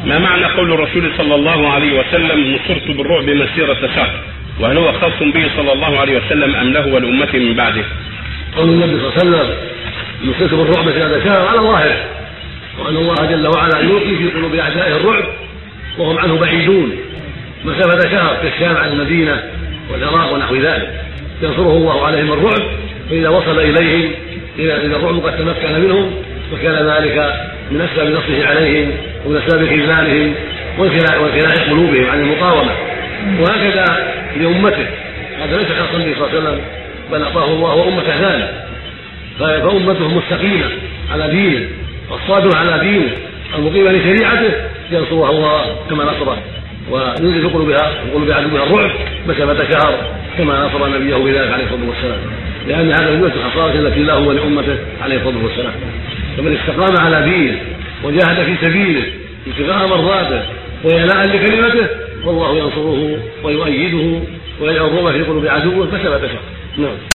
ما معنى قول الرسول صلى الله عليه وسلم نصرت بالرعب مسيرة شهر؟ وهل هو خاص به صلى الله عليه وسلم أم له ولأمته من بعده؟ قول النبي صلى الله عليه وسلم نصرت بالرعب مسيرة شهر على ظاهره، وأن الله جل وعلا يلقي في قلوب أعدائه الرعب وهم عنه بعيدون مسافة شهر كالشام عن المدينة والعراق ونحو ذلك، ينصره الله عليهم الرعب، فإذا وصل إليهم إذا الرعب قد تمكن منهم فكان ذلك من أسباب نصره عليهم ومن أسباب خذلانهم وانخلاع قلوبهم عن المقاومة. وهكذا لأمته، هذا ليس خاصا به صلى الله عليه وسلم بل أعطاه الله وأمة ثانية، فأمته مستقيمة على دينه والصابرة على دينه المقيمة لشريعته ينصرها الله كما نصره، وينزل في قلوب عدوها الرعب مسافة شهر كما نصر نبيه بذلك عليه الصلاة والسلام، لأن هذا من الخصائص التي له ولأمته عليه الصلاة والسلام. فمن استقام على دينه وجاهد في سبيله ابتغاء مرضاته وإعلاء لكلمته والله ينصره ويؤيده ويجعل الرعب في قلوب عدوه مسافة شهر. نعم.